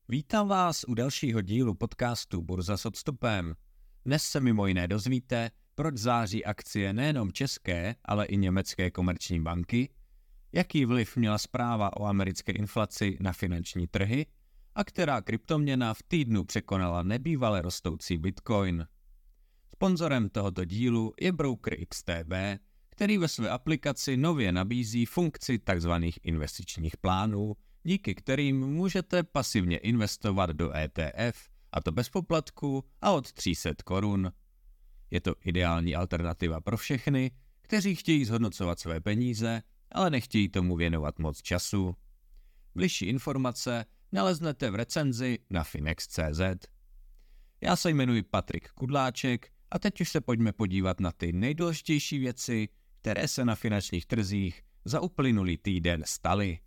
Vítám vás u dalšího dílu podcastu Burza s odstupem. Dnes se mimo jiné dozvíte, proč září akcie nejenom české, ale i německé komerční banky, jaký vliv měla zpráva o americké inflaci na finanční trhy a která kryptoměna v týdnu překonala nebývale rostoucí Bitcoin. Sponzorem tohoto dílu je broker XTB, který ve své aplikaci nově nabízí funkci tzv. Investičních plánů, díky kterým můžete pasivně investovat do ETF, a to bez poplatku a od 300 korun. Je to ideální alternativa pro všechny, kteří chtějí zhodnocovat své peníze, ale nechtějí tomu věnovat moc času. Bližší informace naleznete v recenzi na finex.cz. Já se jmenuji Patrik Kudláček a teď už se pojďme podívat na ty nejdůležitější věci, které se na finančních trzích za uplynulý týden staly.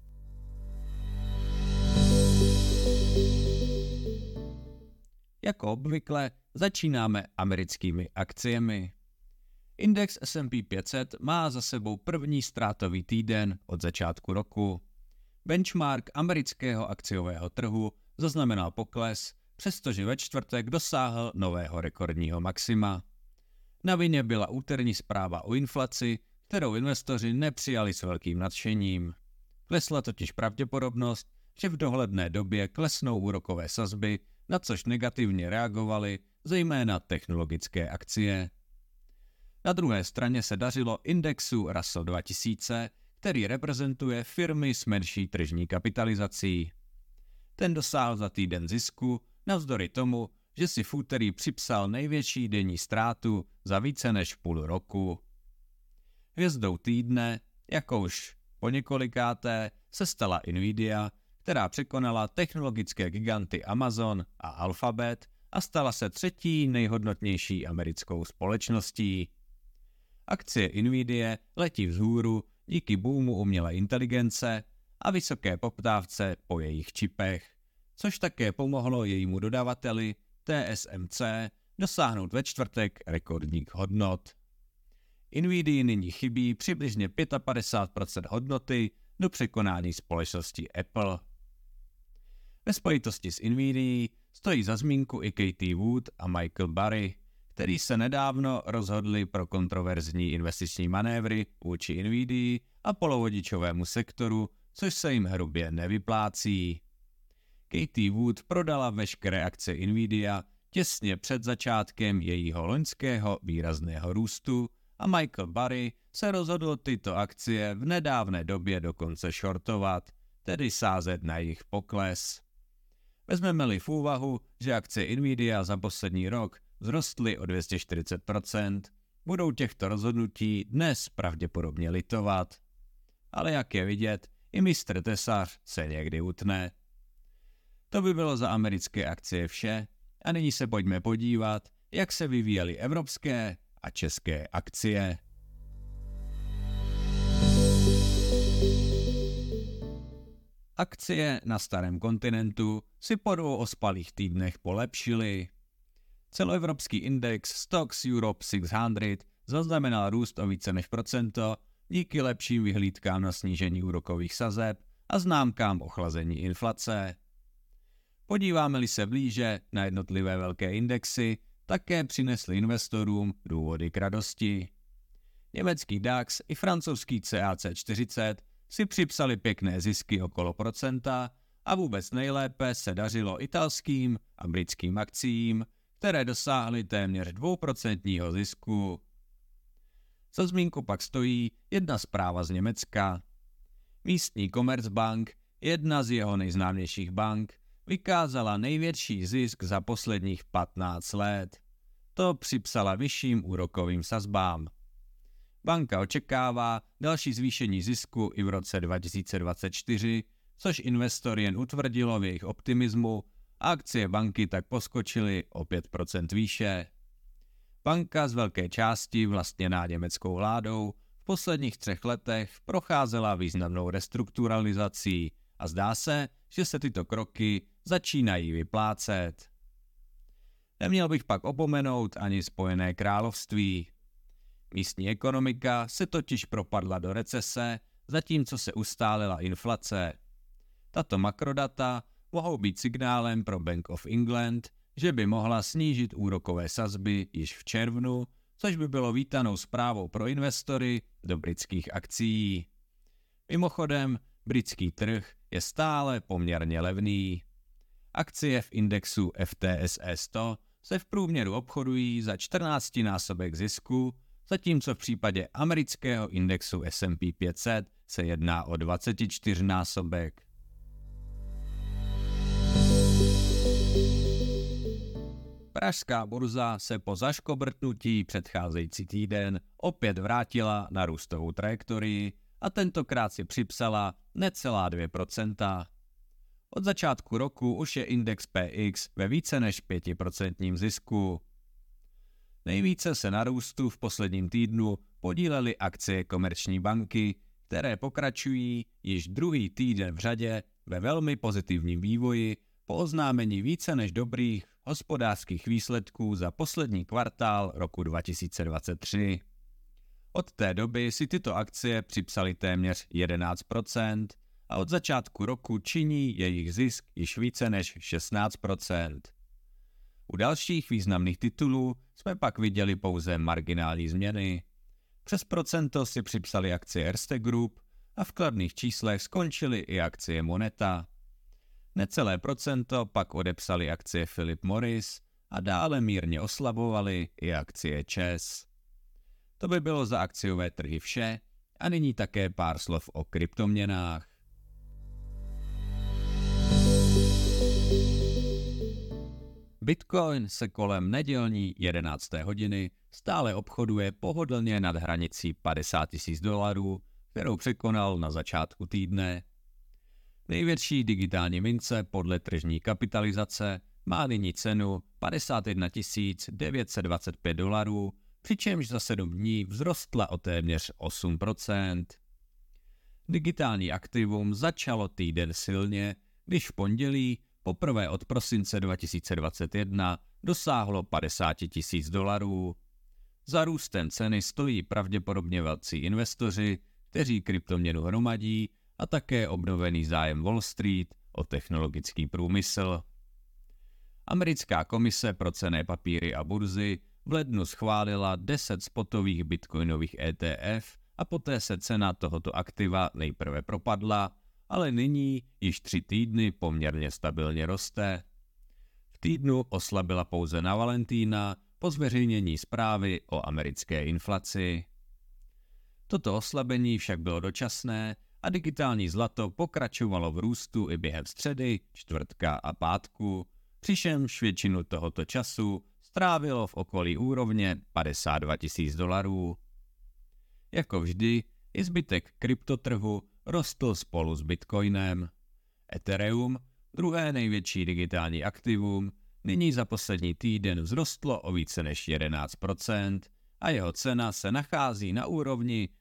Jako obvykle začínáme americkými akciemi. Index S&P 500 má za sebou první ztrátový týden od začátku roku. Benchmark amerického akciového trhu zaznamenal pokles, přestože ve čtvrtek dosáhl nového rekordního maxima. Na vině byla úterní zpráva o inflaci, kterou investoři nepřijali s velkým nadšením. Klesla totiž pravděpodobnost, že v dohledné době klesnou úrokové sazby, na což negativně reagovaly zejména technologické akcie. Na druhé straně se dařilo indexu Russell 2000, který reprezentuje firmy s menší tržní kapitalizací. Ten dosáhl za týden zisku, navzdory tomu, že si v úterý připsal největší denní ztrátu za více než půl roku. Hvězdou týdne, jako už po několikáté, se stala Nvidia, která překonala technologické giganty Amazon a Alphabet a stala se třetí nejhodnotnější americkou společností. Akcie Nvidia letí vzhůru díky boomu umělé inteligence a vysoké poptávce po jejich čipech, což také pomohlo jejímu dodavateli TSMC dosáhnout ve čtvrtek rekordních hodnot. Nvidii nyní chybí přibližně 55% hodnoty do překonání společnosti Apple. Ve spojitosti s Nvidií stojí za zmínku i Katie Wood a Michael Burry, který se nedávno rozhodli pro kontroverzní investiční manévry vůči Nvidii a polovodičovému sektoru, což se jim hrubě nevyplácí. Katie Wood prodala veškeré akcie Nvidia těsně před začátkem jejího loňského výrazného růstu a Michael Burry se rozhodl tyto akcie v nedávné době dokonce shortovat, tedy sázet na jejich pokles. Vezmeme-li v úvahu, že akcie Nvidia za poslední rok vzrostly o 240%, budou těchto rozhodnutí dnes pravděpodobně litovat. Ale jak je vidět, i mistr tesař se někdy utne. To by bylo za americké akcie vše a nyní se pojďme podívat, jak se vyvíjely evropské a české akcie. Akcie na starém kontinentu si po 2 ospalých týdnech polepšily. Celoevropský index Stocks Europe 600 zaznamenal růst o více než procento díky lepším vyhlídkám na snížení úrokových sazeb a známkám ochlazení inflace. Podíváme-li se blíže na jednotlivé velké indexy, také přinesly investorům důvody k radosti. Německý DAX i francouzský CAC 40 si připsali pěkné zisky okolo procenta a vůbec nejlépe se dařilo italským a britským akciím, které dosáhly téměř 2% zisku. Za zmínku pak stojí jedna zpráva z Německa. Místní Commerzbank, jedna z jeho nejznámějších bank, vykázala největší zisk za posledních 15 let. To připsala vyšším úrokovým sazbám. Banka očekává další zvýšení zisku i v roce 2024, což investor jen utvrdilo v jejich optimismu a akcie banky tak poskočily o 5% výše. Banka z velké části vlastněná německou vládou v posledních 3 letech procházela významnou restrukturalizací a zdá se, že se tyto kroky začínají vyplácet. Neměl bych pak opomenout ani Spojené království. Místní ekonomika se totiž propadla do recese, zatímco se ustálila inflace. Tato makrodata mohou být signálem pro Bank of England, že by mohla snížit úrokové sazby již v červnu, což by bylo vítanou zprávou pro investory do britských akcií. Mimochodem, britský trh je stále poměrně levný. Akcie v indexu FTSE 100 se v průměru obchodují za 14násobek zisku, zatímco v případě amerického indexu S&P 500 se jedná o 24násobek. Pražská burza se po zaškobrtnutí předcházející týden opět vrátila na růstovou trajektorii a tentokrát si připsala necelá 2%. Od začátku roku už je index PX ve více než 5% zisku. Nejvíce se na růstu v posledním týdnu podílely akcie Komerční banky, které pokračují již druhý týden v řadě ve velmi pozitivním vývoji po oznámení více než dobrých hospodářských výsledků za poslední kvartál roku 2023. Od té doby si tyto akcie připsaly téměř 11% a od začátku roku činí jejich zisk již více než 16%. U dalších významných titulů jsme pak viděli pouze marginální změny. Přes procento si připsali akcie Erste Group a v kladných číslech skončily i akcie Moneta. Necelé procento pak odepsali akcie Philip Morris a dále mírně oslabovaly i akcie ČEZ. To by bylo za akciové trhy vše a nyní také pár slov o kryptoměnách. Bitcoin se kolem nedělní 11. hodiny stále obchoduje pohodlně nad hranicí $50,000, kterou překonal na začátku týdne. Největší digitální mince podle tržní kapitalizace má nyní cenu $51,925, přičemž za 7 dní vzrostla o téměř 8%. Digitální aktivum začalo týden silně, když v pondělí poprvé od prosince 2021 dosáhlo $50,000. Za růstem ceny stojí pravděpodobně velcí investoři, kteří kryptoměnu hromadí, a také obnovený zájem Wall Street o technologický průmysl. Americká komise pro cenné papíry a burzy v lednu schválila 10 spotových bitcoinových ETF a poté se cena tohoto aktiva nejprve propadla, ale nyní již 3 týdny poměrně stabilně roste. V týdnu oslabila pouze na Valentína po zveřejnění zprávy o americké inflaci. Toto oslabení však bylo dočasné a digitální zlato pokračovalo v růstu i během středy, čtvrtka a pátku, přičemž většinu tohoto času strávilo v okolí úrovně $52,000. Jako vždy, i zbytek kryptotrhu rostl spolu s Bitcoinem. Ethereum, druhé největší digitální aktivum, nyní za poslední týden vzrostlo o více než 11% a jeho cena se nachází na úrovni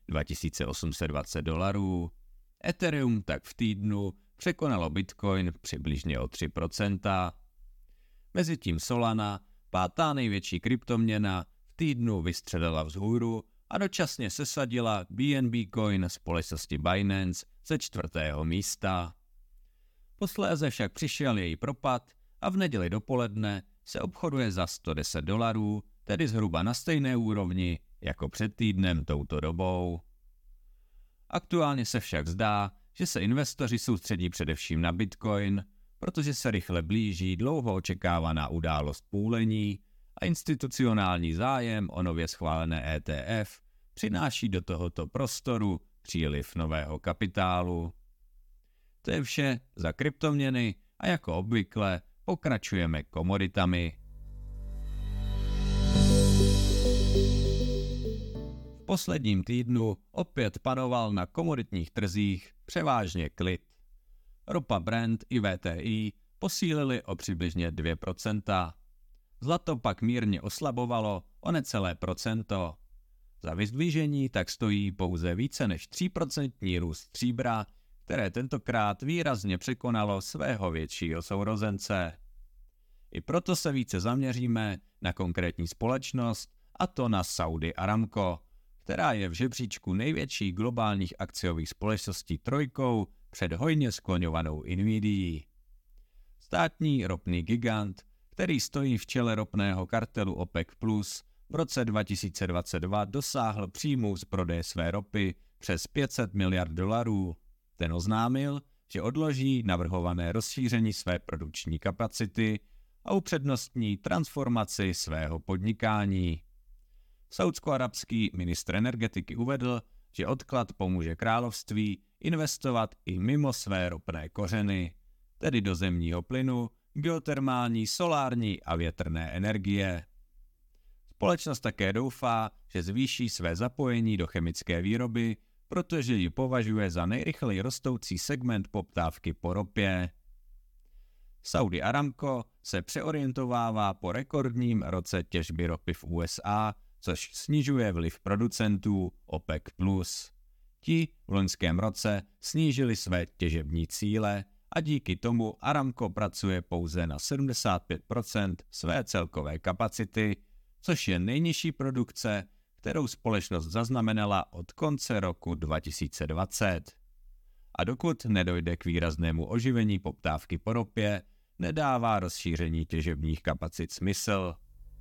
$2,820. Ethereum tak v týdnu překonalo Bitcoin přibližně o 3%. Mezitím Solana, pátá největší kryptoměna, v týdnu vystřelila vzhůru a dočasně sesadila BNB Coin společnosti Binance ze 4. místa. Posléze však přišel její propad a v neděli dopoledne se obchoduje za $110, tedy zhruba na stejné úrovni jako před týdnem touto dobou. Aktuálně se však zdá, že se investoři soustředí především na Bitcoin, protože se rychle blíží dlouho očekávaná událost půlení a institucionální zájem o nově schválené ETF přináší do tohoto prostoru příliv nového kapitálu. To je vše za kryptoměny a jako obvykle pokračujeme komoditami. V posledním týdnu opět panoval na komoditních trzích převážně klid. Ropa Brent i WTI posílily o přibližně 2%. Zlato pak mírně oslabovalo o necelé procento. Za vyzdvižení tak stojí pouze více než 3% růst stříbra, které tentokrát výrazně překonalo svého většího sourozence. I proto se více zaměříme na konkrétní společnost, a to na Saudi Aramco, která je v žebříčku největších globálních akciových společností trojkou před hojně skloňovanou Nvidií. Státní ropný gigant, který stojí v čele ropného kartelu OPEC+, v roce 2022 dosáhl příjmů z prodeje své ropy přes $500 miliard. Ten oznámil, že odloží navrhované rozšíření své produkční kapacity a upřednostní transformaci svého podnikání. Saúdsko-arabský ministr energetiky uvedl, že odklad pomůže království investovat i mimo své ropné kořeny, tedy do zemního plynu, geotermální, solární a větrné energie. Společnost také doufá, že zvýší své zapojení do chemické výroby, protože ji považuje za nejrychleji rostoucí segment poptávky po ropě. Saudi Aramco se přeorientovává po rekordním roce těžby ropy v USA, což snižuje vliv producentů OPEC+. Ti v loňském roce snížili své těžební cíle a díky tomu Aramco pracuje pouze na 75% své celkové kapacity, což je nejnižší produkce, kterou společnost zaznamenala od konce roku 2020. A dokud nedojde k výraznému oživení poptávky po ropě, nedává rozšíření těžebních kapacit smysl.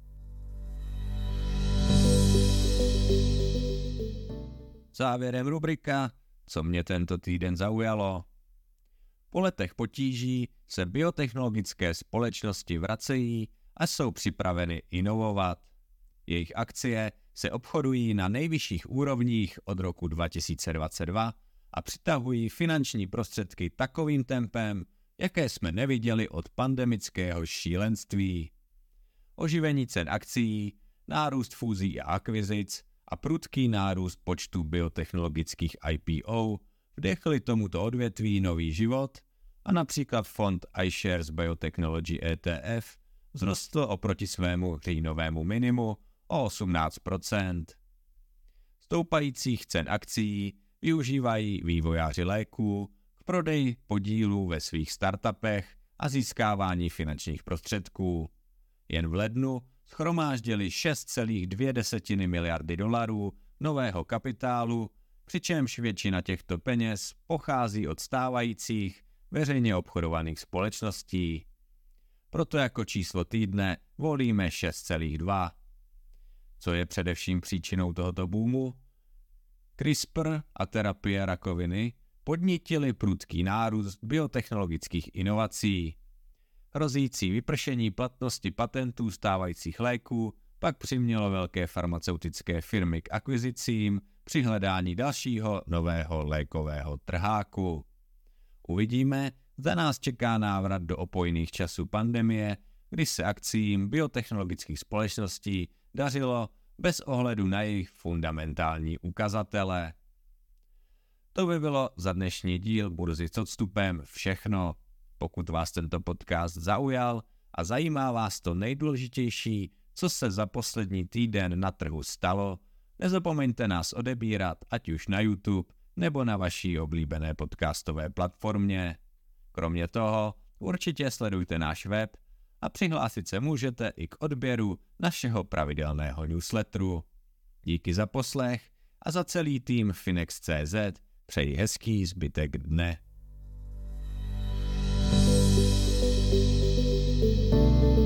Závěrem rubrika, co mě tento týden zaujalo. Po letech potíží se biotechnologické společnosti vracejí a jsou připraveny inovovat. Jejich akcie se obchodují na nejvyšších úrovních od roku 2022 a přitahují finanční prostředky takovým tempem, jaké jsme neviděli od pandemického šílenství. Oživení cen akcií, nárůst fúzí a akvizic a prudký nárůst počtu biotechnologických IPO vdechli tomuto odvětví nový život a například fond iShares Biotechnology ETF vzrostl oproti svému říjnovému minimu o 18%. Stoupajících cen akcií využívají vývojáři léků k prodeji podílů ve svých startupech a získávání finančních prostředků. Jen v lednu shromáždili $6,2 miliardy nového kapitálu, přičemž většina těchto peněz pochází od stávajících veřejně obchodovaných společností. Proto jako číslo týdne volíme 6,2. Co je především příčinou tohoto boomu? CRISPR a terapie rakoviny podnítily prudký nárůst biotechnologických inovací. Hrozící vypršení platnosti patentů stávajících léků pak přimělo velké farmaceutické firmy k akvizicím při hledání dalšího nového lékového trháku. Uvidíme, zda nás čeká návrat do opojných časů pandemie, kdy se akciím biotechnologických společností dařilo bez ohledu na jejich fundamentální ukazatele. To by bylo za dnešní díl Burzy s odstupem všechno. Pokud vás tento podcast zaujal a zajímá vás to nejdůležitější, co se za poslední týden na trhu stalo, nezapomeňte nás odebírat ať už na YouTube nebo na vaší oblíbené podcastové platformě. Kromě toho určitě sledujte náš web a přihlásit se můžete i k odběru našeho pravidelného newsletteru. Díky za poslech a za celý tým Finex.cz přeji hezký zbytek dne.